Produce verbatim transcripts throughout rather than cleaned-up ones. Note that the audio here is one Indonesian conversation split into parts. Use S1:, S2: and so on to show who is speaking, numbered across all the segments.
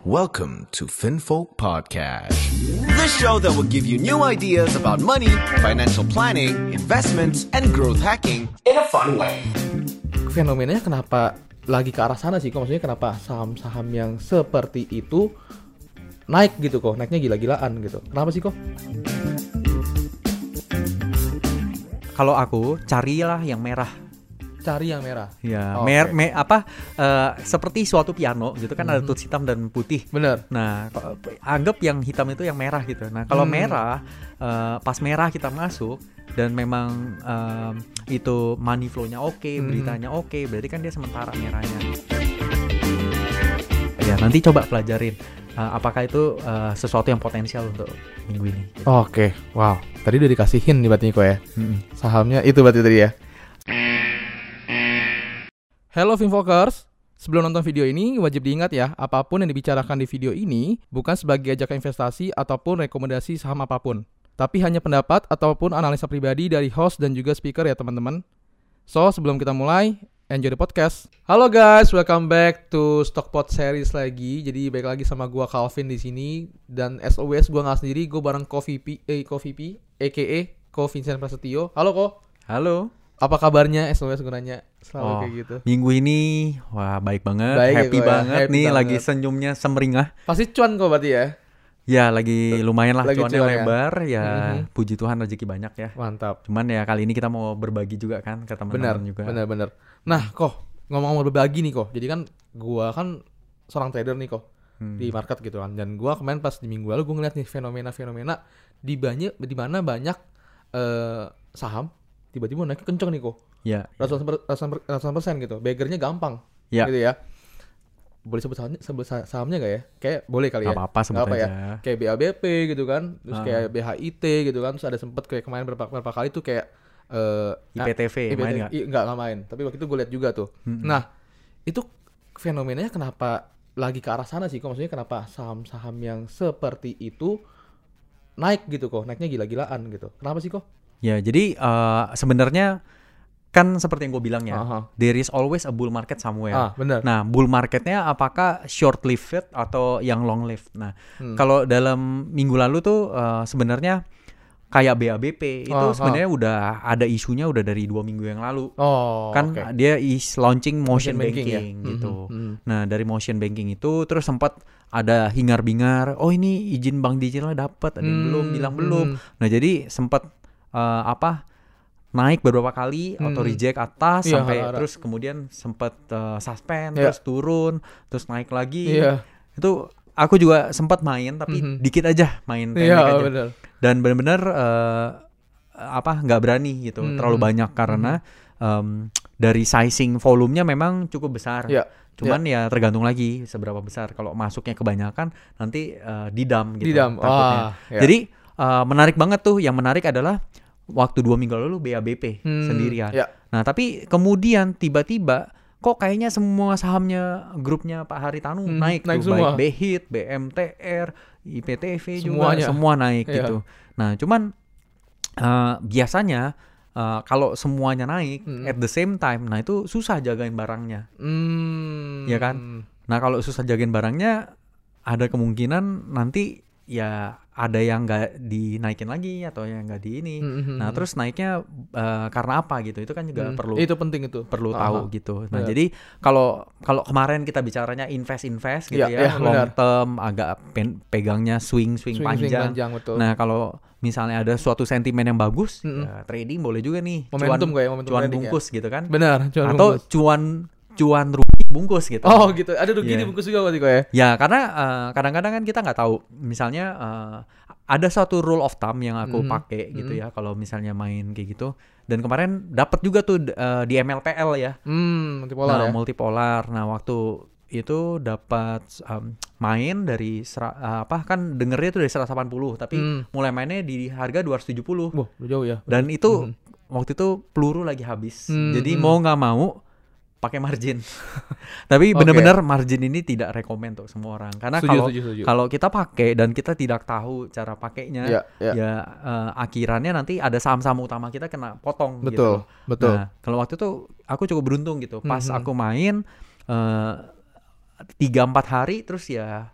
S1: Welcome to Finfolk Podcast, the show that will give you new ideas about money, financial planning, investments, and growth hacking in a fun way.
S2: Fenomenanya kenapa lagi ke arah sana sih kok? Maksudnya kenapa saham-saham yang seperti itu naik gitu kok? Naiknya gila-gilaan gitu. Kenapa sih kok?
S3: Kalau aku carilah yang merah.
S2: Cari yang merah.
S3: Ya,
S2: oh,
S3: mer,
S2: okay.
S3: me, apa uh, seperti suatu piano gitu kan, mm-hmm. ada tuts hitam dan putih.
S2: Bener.
S3: Nah, anggap yang hitam itu yang merah gitu. Nah, kalau hmm. merah, uh, pas merah kita masuk dan memang um, itu money flow-nya oke, okay, hmm. beritanya oke, okay, berarti kan dia sementara merahnya. Ya, nanti coba pelajarin uh, apakah itu uh, sesuatu yang potensial untuk minggu ini. Gitu.
S2: Oke, okay. Wow. Tadi udah dikasihin nih berarti kok ya. Hmm. Sahamnya itu berarti tadi ya. Hello Finfokers, sebelum nonton video ini wajib diingat ya, apapun yang dibicarakan di video ini bukan sebagai ajakan investasi ataupun rekomendasi saham apapun, tapi hanya pendapat ataupun analisa pribadi dari host dan juga speaker ya teman-teman. So, sebelum kita mulai, enjoy the podcast. Halo guys, welcome back to Stockpot series lagi. Jadi balik lagi sama gua Calvin di sini, dan as always gua nggak sendiri, gua bareng Ko V P, eh Ko V P, aka Ko Vincent Prasetyo. Halo Ko.
S3: Halo.
S2: Apa kabarnya? As always gue nanya selalu
S3: oh,
S2: kayak gitu.
S3: Minggu ini wah baik banget,
S2: baik
S3: happy
S2: ya,
S3: banget
S2: happy
S3: nih,
S2: banget.
S3: Lagi senyumnya semeringah.
S2: Pasti cuan kok berarti ya?
S3: Ya lagi lumayan lah,
S2: lagi
S3: cuannya
S2: cuan
S3: lebar ya, ya
S2: mm-hmm.
S3: puji Tuhan rezeki banyak ya.
S2: Mantap.
S3: Cuman ya kali ini kita mau berbagi juga kan ke teman-teman juga.
S2: Benar-benar. Nah kok ngomong-ngomong berbagi nih kok, jadi kan gua kan seorang trader nih kok hmm. di market gitu kan, dan gua kemarin pas di minggu lalu gua ngeliat nih fenomena-fenomena di banyak di mana banyak uh, saham tiba-tiba naiknya kenceng nih kok.
S3: Ya.
S2: Ratusan, per, ratusan, per, ratusan persen gitu. Beggarnya gampang.
S3: Ya.
S2: Gitu ya. Boleh sebut sahamnya, sebut sahamnya gak ya? Kayak boleh kali ya.
S3: Gak apa-apa sebut
S2: apa
S3: aja.
S2: Ya? Kayak B A B P gitu kan. Terus ah. kayak B H I T gitu kan. Terus ada sempet kayak kemarin berapa, berapa kali tuh kayak uh,
S3: I P T V
S2: nah,
S3: main gak?
S2: I, enggak, enggak main. Tapi waktu itu gue lihat juga tuh. Hmm. Nah, itu fenomenanya kenapa lagi ke arah sana sih kok? Maksudnya kenapa saham-saham yang seperti itu naik gitu kok? Naiknya gila-gilaan gitu. Kenapa sih kok?
S3: Ya, jadi uh, sebenarnya kan seperti yang gue bilang ya, uh-huh. there is always a bull market somewhere.
S2: Ah, benar.
S3: Nah, bull marketnya apakah short lived atau yang long lived? Nah, hmm. kalau dalam minggu lalu tuh uh, sebenarnya kayak B A B P itu uh-huh. sebenarnya udah ada isunya udah dari dua minggu yang lalu.
S2: Oh,
S3: kan okay. dia is launching motion, motion banking, banking ya? gitu.
S2: Mm-hmm.
S3: Nah, dari motion banking itu terus sempat ada hingar-bingar, oh ini izin bank digitalnya dapat, ada yang hmm. belum, bilang belum. Nah, jadi sempat Uh, apa naik beberapa kali hmm. auto reject atas yeah, sampai harap. Terus kemudian sempat uh, suspend yeah. terus turun terus naik lagi yeah. itu aku juga sempat main tapi mm-hmm. dikit aja main pendek yeah, aja bener. Dan benar-benar uh, apa nggak berani gitu mm-hmm. terlalu banyak karena mm-hmm. um, dari sizing volumenya memang cukup besar yeah. cuman yeah. ya tergantung lagi seberapa besar. Kalau masuknya kebanyakan nanti uh, didam gitu
S2: didam.
S3: takutnya. Ah, yeah. Jadi uh, menarik banget tuh. Yang menarik adalah waktu dua minggu lalu B A B P hmm, sendirian. Ya. Nah tapi kemudian tiba-tiba kok kayaknya semua sahamnya grupnya Pak Haritanu hmm, naik, naik tuh. Semua. Baik B H I T, B M T R, I P T V
S2: Semuanya.
S3: juga semua naik
S2: ya.
S3: gitu. Nah cuman uh, biasanya uh, kalau semuanya naik hmm. at the same time, nah itu susah jagain barangnya. Hmm. Ya kan? Nah kalau susah jagain barangnya ada kemungkinan nanti ya ada yang nggak dinaikin lagi atau yang nggak di ini. Mm-hmm. Nah terus naiknya uh, karena apa gitu? Itu kan juga mm. perlu.
S2: Itu penting itu.
S3: Perlu
S2: uh-huh.
S3: tahu gitu. Nah yeah. jadi kalau kalau kemarin kita bicaranya invest invest gitu
S2: yeah,
S3: ya, yeah, long
S2: benar.
S3: term agak pen, pegangnya swing swing, swing panjang.
S2: Swing panjang betul.
S3: Nah kalau misalnya ada suatu sentimen yang bagus, mm-hmm. ya, trading boleh juga nih.
S2: Momentum
S3: cuan,
S2: kayak momentum
S3: cuan
S2: trading
S3: bungkus
S2: ya.
S3: gitu kan?
S2: Benar. Cuan
S3: atau
S2: bungkus.
S3: cuan cuan rugi bungkus gitu.
S2: Oh gitu. Ada rugi yeah. dibungkus juga berarti kok ya?
S3: Ya karena uh, kadang-kadang kan kita nggak tahu. Misalnya uh, ada satu rule of thumb yang aku mm-hmm. pakai gitu mm-hmm. ya kalau misalnya main kayak gitu. Dan kemarin dapat juga tuh uh, di M L P L ya.
S2: Hmm, multipolar
S3: nah,
S2: ya.
S3: multipolar. Nah waktu itu dapat um, main dari sera- uh, apa kan dengernya tuh dari seratus delapan puluh tapi mm. mulai mainnya di harga dua ratus tujuh puluh.
S2: Wah, jauh ya.
S3: Dan itu mm-hmm. waktu itu peluru lagi habis. Mm-hmm. Jadi mau nggak mau pakai margin. Tapi okay. benar-benar margin ini tidak rekomen untuk semua orang. Karena kalau kalau kita pakai dan kita tidak tahu cara pakainya, yeah, yeah. ya uh, akhirannya nanti ada saham-saham utama kita kena potong.
S2: Betul,
S3: gitu.
S2: betul.
S3: Nah, kalau waktu itu aku cukup beruntung gitu. Pas
S2: mm-hmm.
S3: aku main tiga uh, empat hari terus ya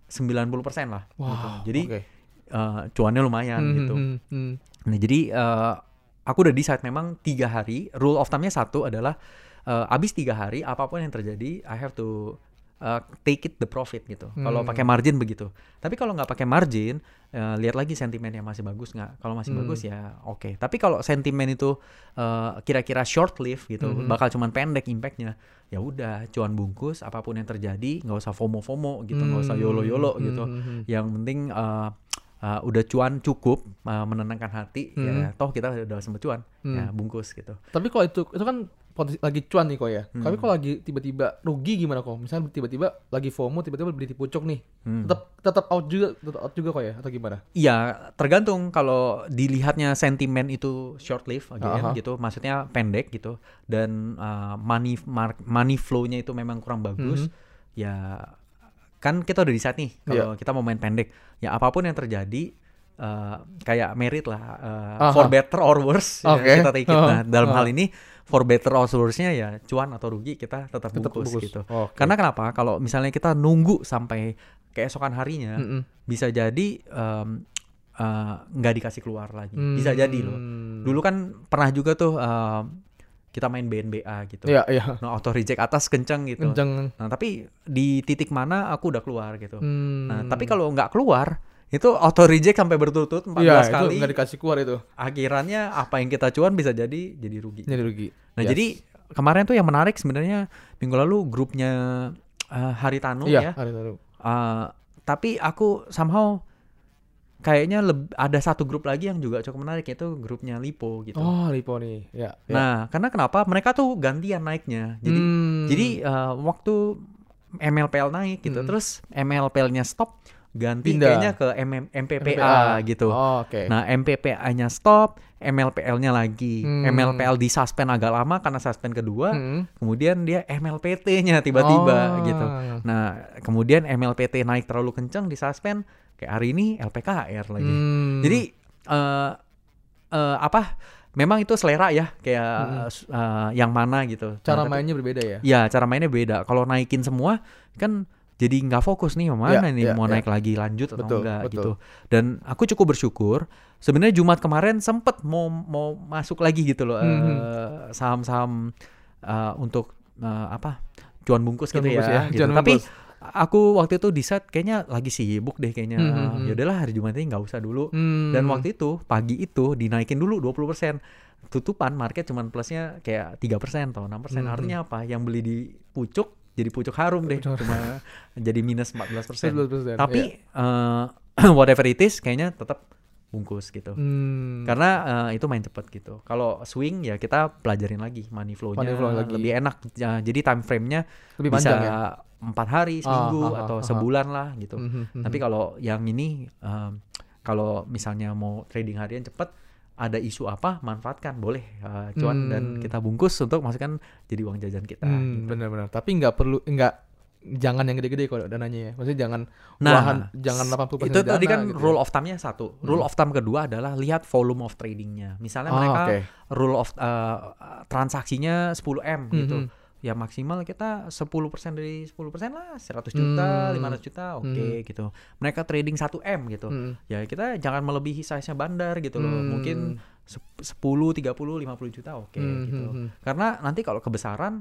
S3: sembilan puluh persen lah.
S2: Wow,
S3: gitu. Jadi
S2: okay.
S3: uh, cuannya lumayan
S2: hmm,
S3: gitu.
S2: Hmm, hmm.
S3: Nah jadi uh, aku udah decide memang tiga hari. Rule of thumb-nya satu adalah uh, abis tiga hari apapun yang terjadi, I have to uh, take it the profit gitu. Hmm. Kalau pakai margin begitu. Tapi kalau nggak pakai margin, uh, lihat lagi sentimennya masih bagus nggak. Kalau masih hmm. bagus ya oke. Okay. Tapi kalau sentimen itu uh, kira-kira short live gitu, hmm. bakal cuman pendek impactnya. Ya udah, cuan bungkus apapun yang terjadi, nggak usah FOMO-FOMO gitu, nggak hmm. usah YOLO-YOLO hmm. gitu. Hmm. Yang penting uh, uh, udah cuan cukup uh, menenangkan hati, hmm. ya toh kita udah sempet cuan, hmm. ya bungkus gitu.
S2: Tapi kalau itu itu kan lagi cuan nih kok ya. Hmm. Tapi kalau lagi tiba-tiba rugi gimana kok? Misalnya tiba-tiba lagi FOMO, tiba-tiba beli di pucuk nih. Hmm. Tetap tetap out juga, tetap out juga kok ya atau gimana?
S3: Iya, tergantung kalau dilihatnya sentimen itu short live again uh-huh. gitu, maksudnya pendek gitu dan uh, money mark, money flow-nya itu memang kurang bagus. Mm-hmm. Ya kan kita udah decide nih kalau yeah. kita mau main pendek. Ya apapun yang terjadi uh, kayak merit lah uh, uh-huh. for better or worse okay. ya, kita take it. Uh-huh. Nah, dalam uh-huh. hal ini for better or worse-nya ya cuan atau rugi kita tetap, tetap bungkus, bungkus gitu. Okay. Karena kenapa? Kalau misalnya kita nunggu sampai keesokan harinya, mm-mm. bisa jadi um, uh, nggak dikasih keluar lagi. Mm. Bisa jadi loh. Dulu kan pernah juga tuh uh, kita main B N B A gitu.
S2: Yeah, yeah.
S3: Nah, auto reject atas kenceng gitu.
S2: Kenceng.
S3: Nah, tapi di titik mana aku udah keluar gitu.
S2: Mm.
S3: Nah, tapi kalau nggak keluar itu auto reject sampai berturut-turut empat belas
S2: ya,
S3: kali.
S2: Itu nggak dikasih keluar itu.
S3: Akhirannya apa yang kita cuan bisa jadi jadi rugi.
S2: Jadi rugi.
S3: Nah,
S2: yes.
S3: jadi kemarin tuh yang menarik sebenarnya minggu lalu grupnya uh, Haritanu
S2: iya,
S3: ya.
S2: Haritanu.
S3: Uh, tapi aku somehow kayaknya leb- ada satu grup lagi yang juga cukup menarik, yaitu grupnya Lipo gitu.
S2: Oh, Lipo nih. Ya, ya.
S3: Nah, karena kenapa? Mereka tuh gantian naiknya. Jadi hmm. jadi uh, waktu M L P L naik gitu, hmm. terus M L P L-nya stop, ganti Pindah. kayaknya ke M M- M P P A gitu.
S2: Oh, okay.
S3: Nah, M P P A-nya stop, M L P L-nya lagi. Hmm. M L P L disuspend agak lama karena suspend kedua. Hmm. Kemudian dia M L P T-nya tiba-tiba oh. gitu. Nah, kemudian M L P T naik terlalu kenceng, disuspend. Kayak hari ini L P K R lagi. Hmm. Jadi uh, uh, apa? Memang itu selera ya, kayak hmm. uh, yang mana gitu.
S2: Cara
S3: nah,
S2: mainnya tapi, berbeda ya?
S3: Iya, cara mainnya beda. Kalau naikin semua kan jadi nggak fokus nih mana ya, nih ya, mau ya. naik lagi lanjut atau betul, enggak betul. gitu. Dan aku cukup bersyukur sebenarnya Jumat kemarin sempet mau mau masuk lagi gitu loh hmm. uh, saham-saham uh, untuk uh, apa cuan bungkus cuan gitu bungkus ya, ya. Gitu. Tapi aku waktu itu decide kayaknya lagi sibuk deh kayaknya. Hmm. Ya udahlah hari Jumat ini nggak usah dulu. Hmm. Dan waktu itu pagi itu dinaikin dulu dua puluh persen. Tutupan market cuman plusnya kayak tiga persen atau enam persen. Hmm. Artinya apa? Yang beli di pucuk jadi pucuk harum deh, cuma jadi minus empat belas persen. Tapi yeah. uh, whatever it is, kayaknya tetap bungkus gitu. Hmm. Karena uh, itu main cepet gitu. Kalau swing ya kita pelajarin lagi money flow-nya flow lebih enak. Ya, jadi time frame-nya lebih bisa ya? empat hari, seminggu ah, ah, atau ah, sebulan ah. lah gitu. Mm-hmm. Tapi kalau yang ini, um, kalau misalnya mau trading harian cepet, ada isu apa, manfaatkan, boleh uh, cuan hmm. dan kita bungkus untuk masukkan jadi uang jajan kita.
S2: Hmm, gitu. Benar-benar. Tapi nggak perlu, nggak jangan yang gede-gede kalau dananya ya. Maksudnya jangan
S3: nah,
S2: lahan, jangan delapan puluh persen
S3: itu tadi kan
S2: gitu
S3: rule
S2: ya.
S3: of thumb-nya satu. Rule hmm. of thumb kedua adalah lihat volume of trading-nya. Misalnya oh, mereka okay. rule of uh, transaksinya sepuluh M gitu. Hmm. Ya maksimal kita sepuluh persen dari sepuluh persen lah, seratus juta, hmm. lima ratus juta, oke okay, hmm. gitu. Mereka trading satu M gitu. Hmm. Ya kita jangan melebihi size-nya bandar gitu loh. Hmm. Mungkin sepuluh, tiga puluh, lima puluh juta oke okay, hmm. gitu. Hmm. Karena nanti kalau kebesaran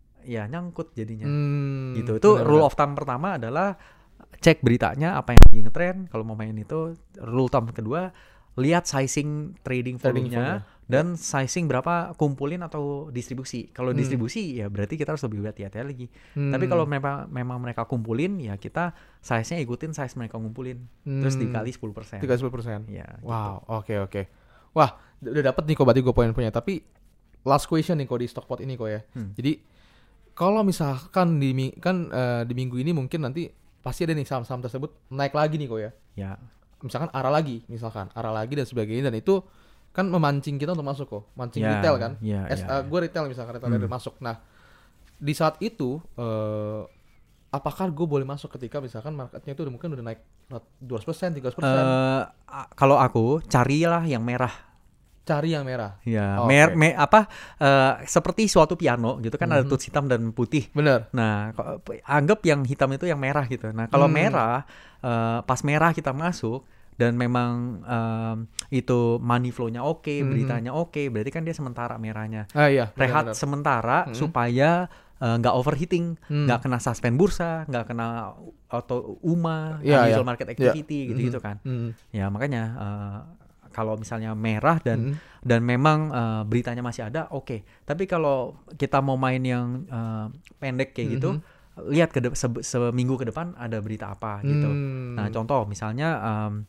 S3: ya nyangkut jadinya. Hmm. Gitu. Itu benar, rule benar. of thumb pertama adalah cek beritanya apa yang lagi ngetrend kalau mau main itu. Rule of thumb kedua, lihat sizing trading volume-nya dan sizing berapa kumpulin atau distribusi. Kalau hmm. distribusi ya berarti kita harus lebih hati-hati lagi. Hmm. Tapi kalau memang memang mereka kumpulin ya kita size-nya ikutin size mereka ngumpulin. Hmm. Terus dikali sepuluh persen.
S2: Dikali sepuluh persen.
S3: Ya,
S2: wow,
S3: gitu.
S2: oke okay, oke. Okay. Wah, udah dapet nih kok berarti gue poin-poinnya. Tapi last question nih kok di Stockpot ini kok ya. Hmm. Jadi kalau misalkan di kan uh, di minggu ini mungkin nanti pasti ada nih saham-saham tersebut naik lagi nih kok ya.
S3: Ya.
S2: Misalkan arah lagi, misalkan arah lagi dan sebagainya, dan itu kan memancing kita untuk masuk kok, mancing yeah, retail kan.
S3: Yeah,
S2: As,
S3: yeah,
S2: uh, gue retail misalkan retail hmm. masuk. Nah di saat itu uh, apakah gue boleh masuk ketika misalkan marketnya itu udah mungkin udah naik dua ratus persen, tiga ratus persen?
S3: Uh, kalau aku carilah yang merah.
S2: Cari yang merah.
S3: Ya,
S2: Oh,
S3: mer,
S2: oke.
S3: me, apa uh, seperti suatu piano gitu kan ada
S2: Mhm.
S3: tuts hitam dan putih.
S2: Bener.
S3: Nah, ko- anggap yang hitam itu yang merah gitu. Nah, kalau
S2: Hmm.
S3: merah uh, pas merah kita masuk dan memang um, itu money flow-nya oke,
S2: Mhm.
S3: beritanya oke, berarti kan dia sementara merahnya.
S2: Ah iya.
S3: Rehat
S2: benar-benar.
S3: sementara
S2: Mhm.
S3: supaya uh, nggak overheating,
S2: Hmm.
S3: nggak kena suspend bursa, nggak kena auto U M A,
S2: Iya,
S3: unusual
S2: iya.
S3: market activity
S2: Iya.
S3: gitu-gitu
S2: Mhm.
S3: kan.
S2: Mhm.
S3: Ya makanya uh, kalau misalnya merah dan
S2: Mhm.
S3: dan memang uh, beritanya masih ada, oke. Tapi kalau kita mau main yang uh, pendek kayak gitu,
S2: Mhm.
S3: lihat ke de- se- seminggu ke depan ada berita apa gitu.
S2: Hmm.
S3: Nah contoh misalnya um,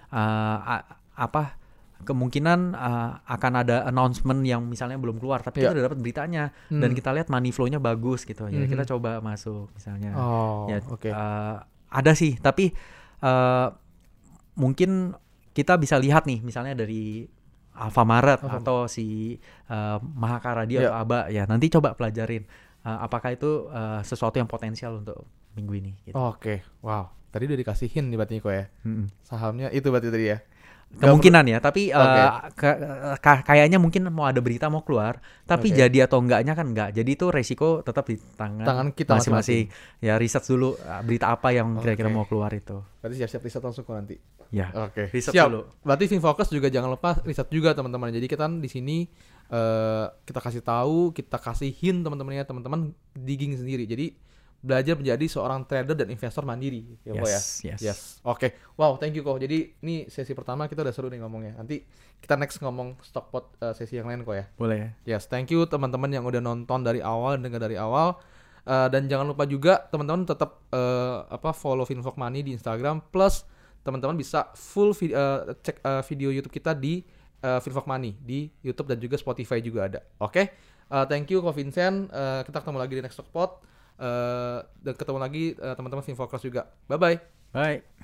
S3: uh, a- apa kemungkinan uh, akan ada announcement yang misalnya belum keluar, tapi
S2: Iya.
S3: kita udah dapat beritanya
S2: Hmm.
S3: dan kita lihat money flow-nya bagus gitu. Ya
S2: Mhm.
S3: kita coba masuk misalnya.
S2: Oh,
S3: Ya,
S2: oke.
S3: uh, ada sih, tapi uh, mungkin kita bisa lihat nih, misalnya dari Alfamart
S2: Alfamart.
S3: atau si uh, Mahakara dia
S2: Ya.
S3: atau Aba, ya nanti coba pelajarin uh, apakah itu uh, sesuatu yang potensial untuk minggu ini. Gitu.
S2: Oke. Wow. Tadi udah dikasihin nih berarti kok ya.
S3: Mm-mm.
S2: Sahamnya itu berarti tadi ya.
S3: Kemungkinan ya, tapi uh,
S2: Oke.
S3: ke- ka- kayaknya mungkin mau ada berita mau keluar, tapi
S2: Oke.
S3: jadi atau enggaknya kan enggak. Jadi itu resiko tetap di tangan,
S2: Tangan kita
S3: masing-masing. Ya riset dulu uh, berita apa yang kira-kira
S2: Oke.
S3: mau keluar itu.
S2: Berarti siap-siap riset langsung kok nanti.
S3: Ya.
S2: Oke.
S3: Riset
S2: Siap.
S3: dulu.
S2: Berarti FinFocus juga jangan lupa riset juga teman-teman. Jadi kita di sini eh, kita kasih tahu, kita kasihin teman-temannya, teman-teman digging sendiri. Jadi belajar menjadi seorang trader dan investor mandiri, ya Ko ya.
S3: Yes, yes.
S2: Yes. Oke. Wow, thank you Ko. Jadi ini sesi pertama kita udah seru nih ngomongnya. Nanti kita next ngomong Stockpot uh, sesi yang lain Ko ya.
S3: Boleh ya.
S2: Yes, thank you teman-teman yang udah nonton dari awal, dengar dari awal. Uh, dan jangan lupa juga teman-teman tetap uh, apa follow Finvoc Money di Instagram, plus teman-teman bisa full vi- uh, cek uh, video YouTube kita di uh, Finvoc Money di YouTube dan juga Spotify juga ada. Oke, Uh, thank you Ko Vincent. Uh, kita ketemu lagi di next Stockpot. Uh, dan ketemu lagi uh, teman-teman Finfocus juga. Bye bye.
S3: Bye.